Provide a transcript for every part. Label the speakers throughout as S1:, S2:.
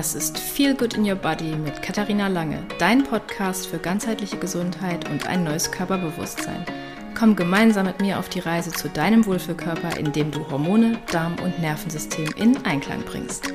S1: Das ist Feel Good in Your Body mit Katharina Lange, dein Podcast für ganzheitliche Gesundheit und ein neues Körperbewusstsein. Komm gemeinsam mit mir auf die Reise zu deinem Wohlfühlkörper, indem du Hormone, Darm- und Nervensystem in Einklang bringst.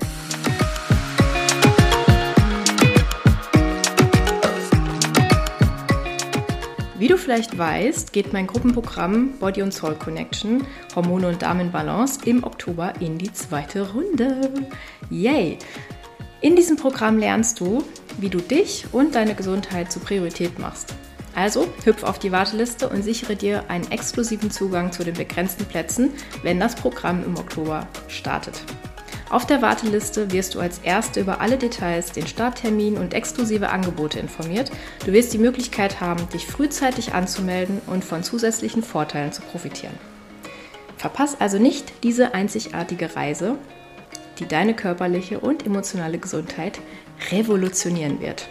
S1: Wie du vielleicht weißt, geht mein Gruppenprogramm Body and Soul Connection, Hormone und Darm in Balance im Oktober in die 2. Runde. Yay! In diesem Programm lernst du, wie du dich und deine Gesundheit zur Priorität machst. Also hüpf auf die Warteliste und sichere dir einen exklusiven Zugang zu den begrenzten Plätzen, wenn das Programm im Oktober startet. Auf der Warteliste wirst du als Erste über alle Details, den Starttermin und exklusive Angebote informiert. Du wirst die Möglichkeit haben, dich frühzeitig anzumelden und von zusätzlichen Vorteilen zu profitieren. Verpass also nicht diese einzigartige Reise, die deine körperliche und emotionale Gesundheit revolutionieren wird.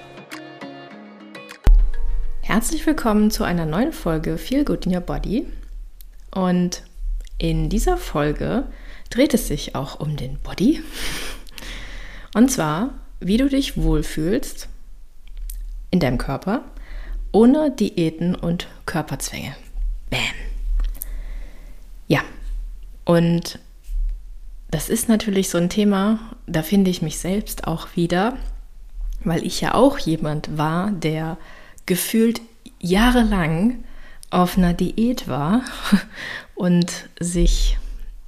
S1: Herzlich willkommen zu einer neuen Folge Feel Good in Your Body. Und in dieser Folge dreht es sich auch um den Body. Und zwar, wie du dich wohlfühlst in deinem Körper, ohne Diäten und Körperzwänge. Bam! Ja, und das ist natürlich so ein Thema, da finde ich mich selbst auch wieder, weil ich ja auch jemand war, der gefühlt jahrelang auf einer Diät war und sich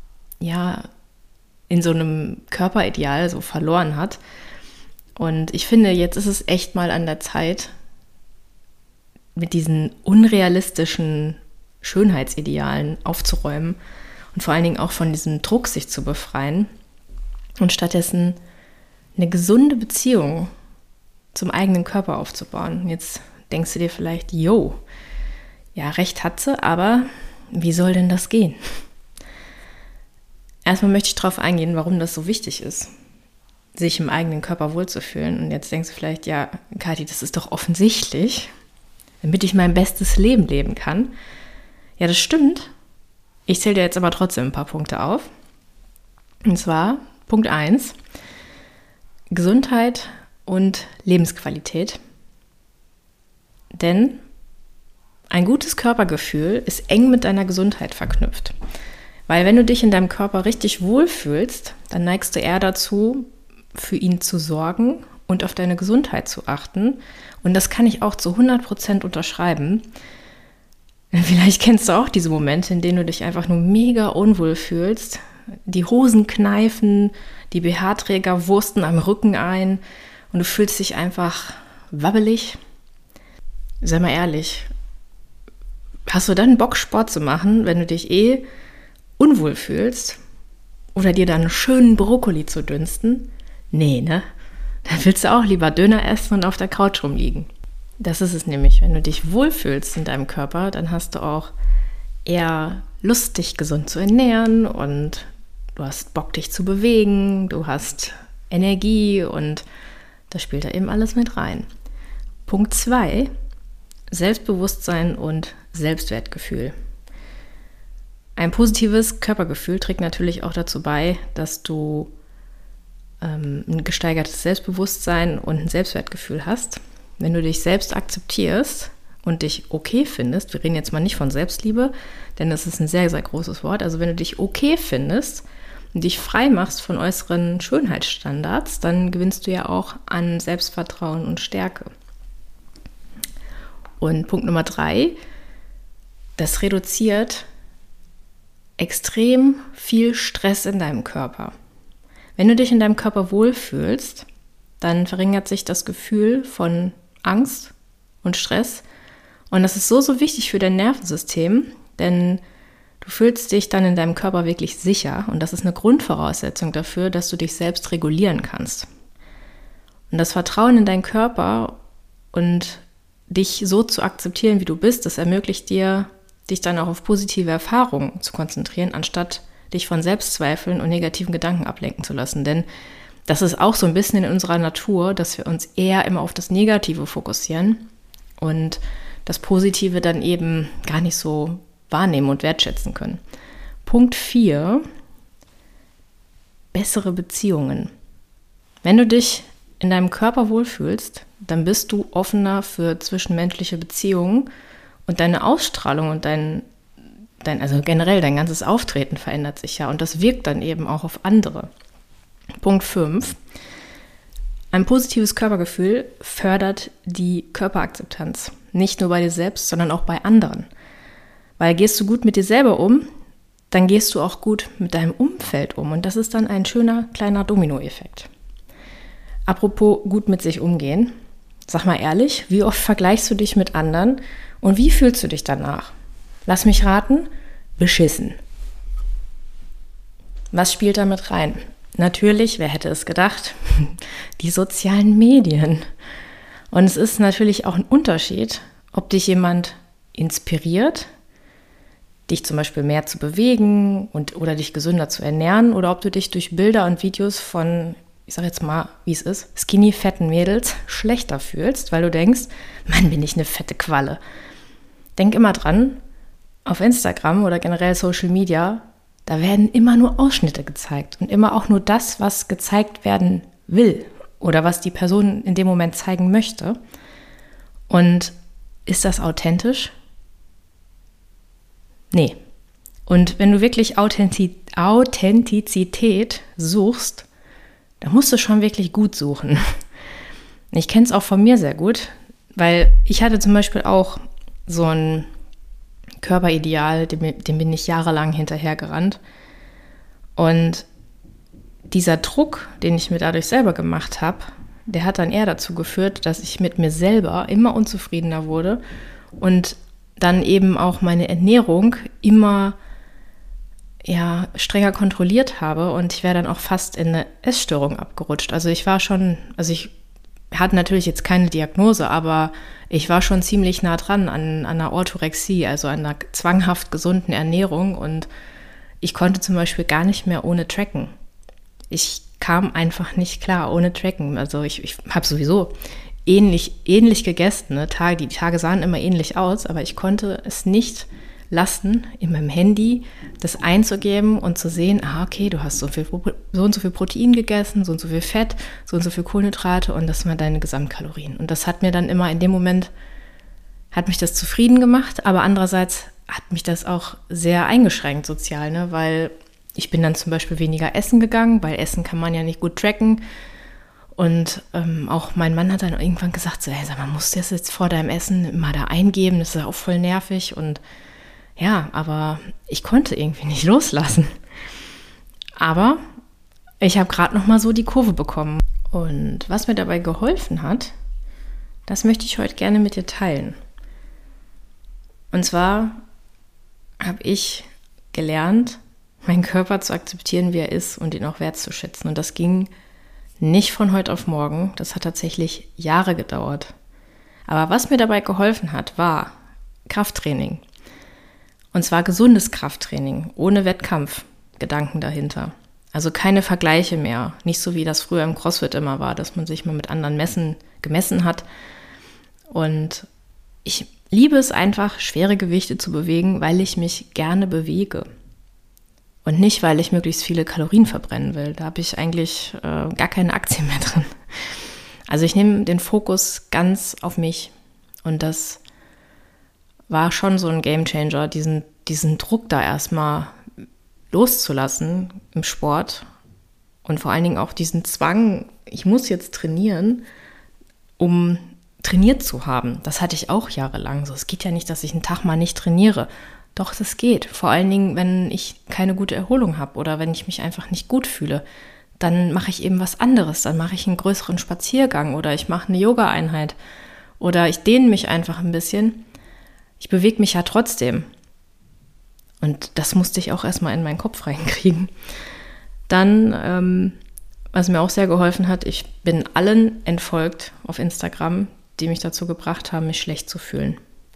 S1: in so einem Körperideal so verloren hat. Und ich finde, jetzt ist es echt mal an der Zeit, mit diesen unrealistischen Schönheitsidealen aufzuräumen und vor allen Dingen auch von diesem Druck sich zu befreien und stattdessen eine gesunde Beziehung zum eigenen Körper aufzubauen. Jetzt denkst du dir vielleicht, ja, recht hat sie, aber wie soll denn das gehen? Erstmal möchte ich darauf eingehen, warum das so wichtig ist, sich im eigenen Körper wohlzufühlen. Und jetzt denkst du vielleicht, ja, Kathi, das ist doch offensichtlich, damit ich mein bestes Leben leben kann. Ja, das stimmt. Ich zähle dir jetzt aber trotzdem ein paar Punkte auf. Und zwar Punkt 1, Gesundheit und Lebensqualität. Denn ein gutes Körpergefühl ist eng mit deiner Gesundheit verknüpft. Weil wenn du dich in deinem Körper richtig wohlfühlst, dann neigst du eher dazu, für ihn zu sorgen und auf deine Gesundheit zu achten. Und das kann ich auch zu 100% unterschreiben. Vielleicht kennst du auch diese Momente, in denen du dich einfach nur mega unwohl fühlst. Die Hosen kneifen, die BH-Träger wursten am Rücken ein und du fühlst dich einfach wabbelig. Sei mal ehrlich, hast du dann Bock, Sport zu machen, wenn du dich unwohl fühlst oder dir dann einen schönen Brokkoli zu dünsten? Nee, ne? Dann willst du auch lieber Döner essen und auf der Couch rumliegen. Das ist es nämlich. Wenn du dich wohlfühlst in deinem Körper, dann hast du auch eher Lust, dich gesund zu ernähren und du hast Bock, dich zu bewegen, du hast Energie und das spielt da eben alles mit rein. Punkt 2, Selbstbewusstsein und Selbstwertgefühl. Ein positives Körpergefühl trägt natürlich auch dazu bei, dass du ein gesteigertes Selbstbewusstsein und ein Selbstwertgefühl hast. Wenn du dich selbst akzeptierst und dich okay findest, wir reden jetzt mal nicht von Selbstliebe, denn das ist ein sehr, sehr großes Wort. Also wenn du dich okay findest und dich frei machst von äußeren Schönheitsstandards, dann gewinnst du ja auch an Selbstvertrauen und Stärke. Und Punkt Nummer 3, das reduziert extrem viel Stress in deinem Körper. Wenn du dich in deinem Körper wohlfühlst, dann verringert sich das Gefühl von Angst und Stress. Und das ist so, so wichtig für dein Nervensystem, denn du fühlst dich dann in deinem Körper wirklich sicher. Und das ist eine Grundvoraussetzung dafür, dass du dich selbst regulieren kannst. Und das Vertrauen in deinen Körper und dich so zu akzeptieren, wie du bist, das ermöglicht dir, dich dann auch auf positive Erfahrungen zu konzentrieren, anstatt dich von Selbstzweifeln und negativen Gedanken ablenken zu lassen. Denn das ist auch so ein bisschen in unserer Natur, dass wir uns eher immer auf das Negative fokussieren und das Positive dann eben gar nicht so wahrnehmen und wertschätzen können. Punkt 4, bessere Beziehungen. Wenn du dich in deinem Körper wohlfühlst, dann bist du offener für zwischenmenschliche Beziehungen und deine Ausstrahlung und also generell dein ganzes Auftreten verändert sich ja und das wirkt dann eben auch auf andere. Punkt 5. Ein positives Körpergefühl fördert die Körperakzeptanz. Nicht nur bei dir selbst, sondern auch bei anderen. Weil gehst du gut mit dir selber um, dann gehst du auch gut mit deinem Umfeld um. Und das ist dann ein schöner kleiner Dominoeffekt. Apropos gut mit sich umgehen. Sag mal ehrlich, wie oft vergleichst du dich mit anderen und wie fühlst du dich danach? Lass mich raten, beschissen. Was spielt damit rein? Natürlich, wer hätte es gedacht, die sozialen Medien. Und es ist natürlich auch ein Unterschied, ob dich jemand inspiriert, dich zum Beispiel mehr zu bewegen oder dich gesünder zu ernähren oder ob du dich durch Bilder und Videos von, ich sag jetzt mal, wie es ist, skinny, fetten Mädels schlechter fühlst, weil du denkst, Mann, bin ich eine fette Qualle. Denk immer dran, auf Instagram oder generell Social Media, da werden immer nur Ausschnitte gezeigt und immer auch nur das, was gezeigt werden will oder was die Person in dem Moment zeigen möchte. Und ist das authentisch? Nee. Und wenn du wirklich Authentizität suchst, dann musst du schon wirklich gut suchen. Ich kenne es auch von mir sehr gut, weil ich hatte zum Beispiel auch so ein Körperideal, dem bin ich jahrelang hinterhergerannt. Und dieser Druck, den ich mir dadurch selber gemacht habe, der hat dann eher dazu geführt, dass ich mit mir selber immer unzufriedener wurde und dann eben auch meine Ernährung immer strenger kontrolliert habe und ich wäre dann auch fast in eine Essstörung abgerutscht. Also ich hatte natürlich jetzt keine Diagnose, aber ich war schon ziemlich nah dran an einer Orthorexie, also an einer zwanghaft gesunden Ernährung und ich konnte zum Beispiel gar nicht mehr ohne tracken. Ich kam einfach nicht klar ohne tracken. Also ich habe sowieso ähnlich gegessen. Ne? Die Tage sahen immer ähnlich aus, aber ich konnte es nicht lassen, in meinem Handy das einzugeben und zu sehen, okay, du hast so und so viel Protein gegessen, so und so viel Fett, so und so viel Kohlenhydrate und das waren deine Gesamtkalorien. Und das hat mir dann immer in dem Moment, hat mich das zufrieden gemacht, aber andererseits hat mich das auch sehr eingeschränkt sozial, ne? Weil ich bin dann zum Beispiel weniger essen gegangen, weil Essen kann man ja nicht gut tracken. Und auch mein Mann hat dann irgendwann gesagt, so, hey, sag mal, musst du das jetzt vor deinem Essen immer da eingeben? Das ist ja auch voll nervig. Und ja, aber ich konnte irgendwie nicht loslassen. Aber ich habe gerade noch mal so die Kurve bekommen. Und was mir dabei geholfen hat, das möchte ich heute gerne mit dir teilen. Und zwar habe ich gelernt, meinen Körper zu akzeptieren, wie er ist und ihn auch wertzuschätzen. Und das ging nicht von heute auf morgen. Das hat tatsächlich Jahre gedauert. Aber was mir dabei geholfen hat, war Krafttraining. Und zwar gesundes Krafttraining, ohne Wettkampfgedanken dahinter. Also keine Vergleiche mehr. Nicht so, wie das früher im CrossFit immer war, dass man sich mal mit anderen gemessen hat. Und ich liebe es einfach, schwere Gewichte zu bewegen, weil ich mich gerne bewege. Und nicht, weil ich möglichst viele Kalorien verbrennen will. Da habe ich eigentlich gar keine Aktien mehr drin. Also ich nehme den Fokus ganz auf mich. Und das war schon so ein Gamechanger, diesen Druck da erstmal loszulassen im Sport. Und vor allen Dingen auch diesen Zwang, ich muss jetzt trainieren, um trainiert zu haben. Das hatte ich auch jahrelang so. Es geht ja nicht, dass ich einen Tag mal nicht trainiere. Doch, das geht. Vor allen Dingen, wenn ich keine gute Erholung habe oder wenn ich mich einfach nicht gut fühle. Dann mache ich eben was anderes. Dann mache ich einen größeren Spaziergang oder ich mache eine Yoga-Einheit oder ich dehne mich einfach ein bisschen. Ich bewege mich ja trotzdem. Und das musste ich auch erstmal in meinen Kopf reinkriegen. Dann, was mir auch sehr geholfen hat, ich bin allen entfolgt auf Instagram, die mich dazu gebracht haben, mich schlecht zu fühlen.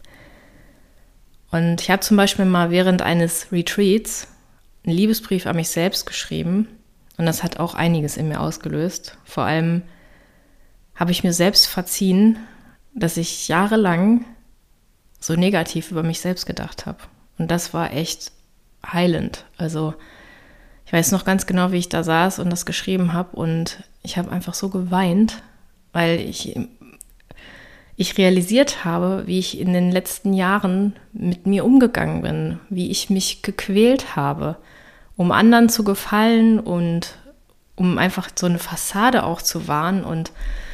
S1: Und ich habe zum Beispiel mal während eines Retreats einen Liebesbrief an mich selbst geschrieben und das hat auch einiges in mir ausgelöst. Vor allem habe ich mir selbst verziehen, dass ich jahrelang so negativ über mich selbst gedacht habe. Und das war echt heilend. Also Ich weiß noch ganz genau, wie ich da saß und das geschrieben habe und ich habe einfach so geweint, weil ich realisiert habe, wie ich in den letzten Jahren mit mir umgegangen bin, wie ich mich gequält habe, um anderen zu gefallen und um einfach so eine Fassade auch zu wahren. Und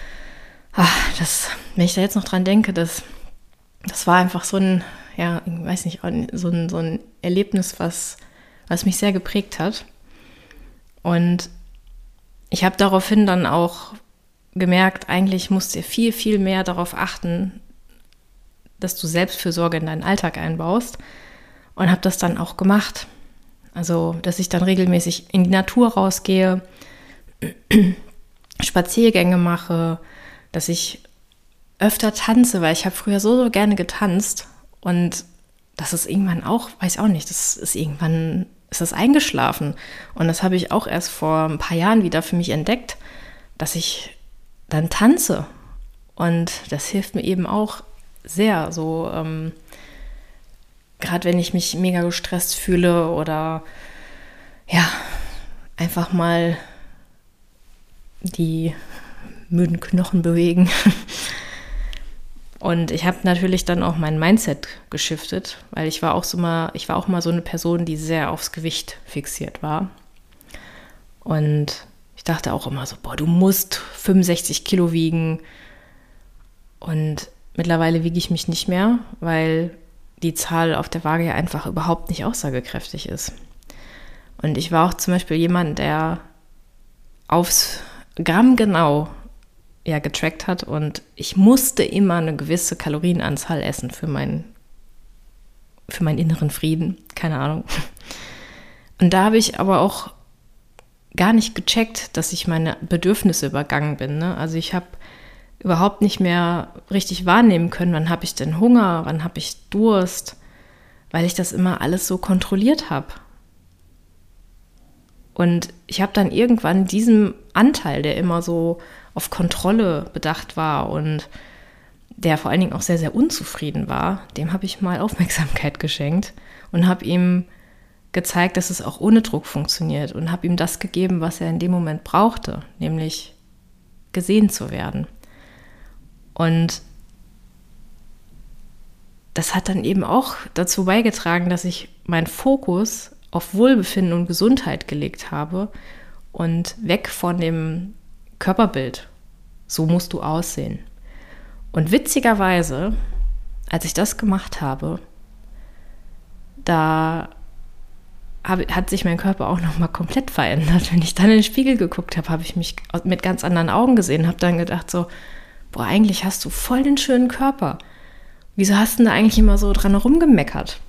S1: wenn ich da jetzt noch dran denke, das war einfach so ein, ja, ich weiß nicht, so ein Erlebnis, was mich sehr geprägt hat. Und ich habe daraufhin dann auch gemerkt, eigentlich musst du viel, viel mehr darauf achten, dass du Selbstfürsorge in deinen Alltag einbaust. Und habe das dann auch gemacht. Also, dass ich dann regelmäßig in die Natur rausgehe, Spaziergänge mache, dass ich öfter tanze, weil ich habe früher so gerne getanzt und das ist irgendwann auch, weiß auch nicht, irgendwann ist das eingeschlafen und das habe ich auch erst vor ein paar Jahren wieder für mich entdeckt, dass ich dann tanze und das hilft mir eben auch sehr, so gerade wenn ich mich mega gestresst fühle oder ja, einfach mal die müden Knochen bewegen. Und ich habe natürlich dann auch mein Mindset geschiftet, weil ich war auch mal so eine Person, die sehr aufs Gewicht fixiert war. Und ich dachte auch immer so, boah, du musst 65 Kilo wiegen. Und mittlerweile wiege ich mich nicht mehr, weil die Zahl auf der Waage ja einfach überhaupt nicht aussagekräftig ist. Und ich war auch zum Beispiel jemand, der aufs Gramm genau getrackt hat und ich musste immer eine gewisse Kalorienanzahl essen für meinen inneren Frieden, keine Ahnung. Und da habe ich aber auch gar nicht gecheckt, dass ich meine Bedürfnisse übergangen bin. Ne? Also ich habe überhaupt nicht mehr richtig wahrnehmen können, wann habe ich denn Hunger, wann habe ich Durst, weil ich das immer alles so kontrolliert habe. Und ich habe dann irgendwann diesem Anteil, der immer so auf Kontrolle bedacht war und der vor allen Dingen auch sehr, sehr unzufrieden war, dem habe ich mal Aufmerksamkeit geschenkt und habe ihm gezeigt, dass es auch ohne Druck funktioniert und habe ihm das gegeben, was er in dem Moment brauchte, nämlich gesehen zu werden. Und das hat dann eben auch dazu beigetragen, dass ich meinen Fokus auf Wohlbefinden und Gesundheit gelegt habe und weg von dem Körperbild. So musst du aussehen. Und witzigerweise, als ich das gemacht habe, hat sich mein Körper auch nochmal komplett verändert. Wenn ich dann in den Spiegel geguckt habe, habe ich mich mit ganz anderen Augen gesehen, habe dann gedacht so, boah, eigentlich hast du voll den schönen Körper. Wieso hast du da eigentlich immer so dran rumgemeckert?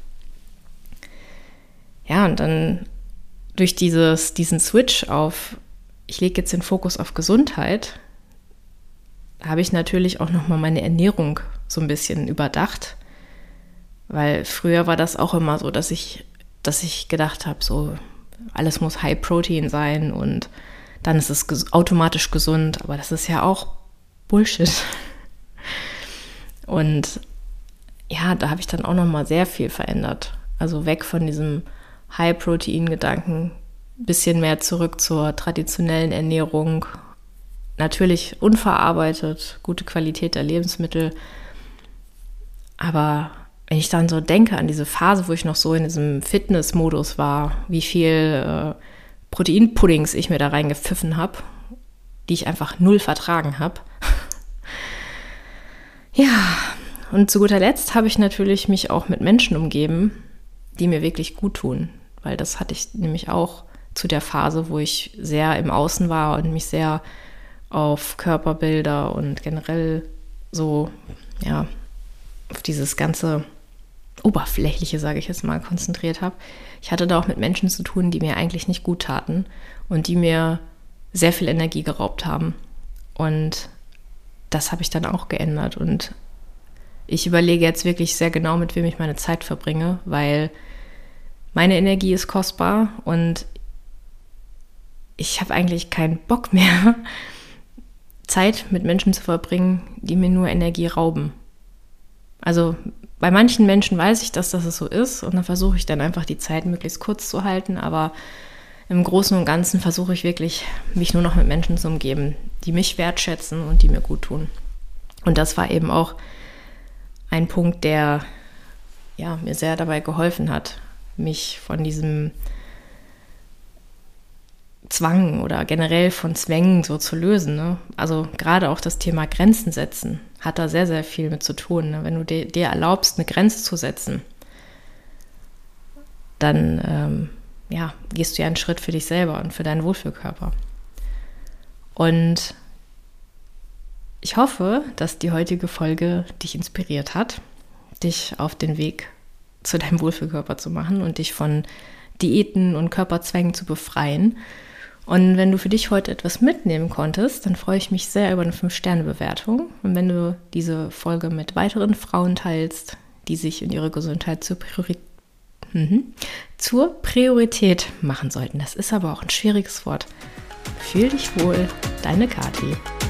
S1: Ja, und dann durch diesen Switch auf, ich lege jetzt den Fokus auf Gesundheit, habe ich natürlich auch nochmal meine Ernährung so ein bisschen überdacht. Weil früher war das auch immer so, dass ich gedacht habe, so alles muss High Protein sein und dann ist es automatisch gesund. Aber das ist ja auch Bullshit. Und ja, da habe ich dann auch nochmal sehr viel verändert. Also weg von diesem High-Protein-Gedanken, bisschen mehr zurück zur traditionellen Ernährung. Natürlich unverarbeitet, gute Qualität der Lebensmittel. Aber wenn ich dann so denke an diese Phase, wo ich noch so in diesem Fitness-Modus war, wie viel Proteinpuddings ich mir da reingepfiffen habe, die ich einfach null vertragen habe. Ja, und zu guter Letzt habe ich natürlich mich auch mit Menschen umgeben, die mir wirklich gut tun. Weil das hatte ich nämlich auch zu der Phase, wo ich sehr im Außen war und mich sehr auf Körperbilder und generell so, ja, auf dieses ganze Oberflächliche, sage ich jetzt mal, konzentriert habe. Ich hatte da auch mit Menschen zu tun, die mir eigentlich nicht gut taten und die mir sehr viel Energie geraubt haben. Und das habe ich dann auch geändert. Und ich überlege jetzt wirklich sehr genau, mit wem ich meine Zeit verbringe, weil meine Energie ist kostbar und ich habe eigentlich keinen Bock mehr, Zeit mit Menschen zu verbringen, die mir nur Energie rauben. Also bei manchen Menschen weiß ich, dass das so ist und dann versuche ich dann einfach die Zeit möglichst kurz zu halten, aber im Großen und Ganzen versuche ich wirklich, mich nur noch mit Menschen zu umgeben, die mich wertschätzen und die mir gut tun. Und das war eben auch ein Punkt, der mir sehr dabei geholfen hat, mich von diesem Zwang oder generell von Zwängen so zu lösen. Ne? Also gerade auch das Thema Grenzen setzen hat da sehr, sehr viel mit zu tun. Ne? Wenn du dir erlaubst, eine Grenze zu setzen, dann gehst du ja einen Schritt für dich selber und für deinen Wohlfühlkörper. Und ich hoffe, dass die heutige Folge dich inspiriert hat, dich auf den Weg zu deinem Wohlfühlkörper zu machen und dich von Diäten und Körperzwängen zu befreien. Und wenn du für dich heute etwas mitnehmen konntest, dann freue ich mich sehr über eine 5-Sterne-Bewertung. Und wenn du diese Folge mit weiteren Frauen teilst, die sich in ihre Gesundheit zur Priorität machen sollten. Das ist aber auch ein schwieriges Wort. Fühl dich wohl, deine Kathi.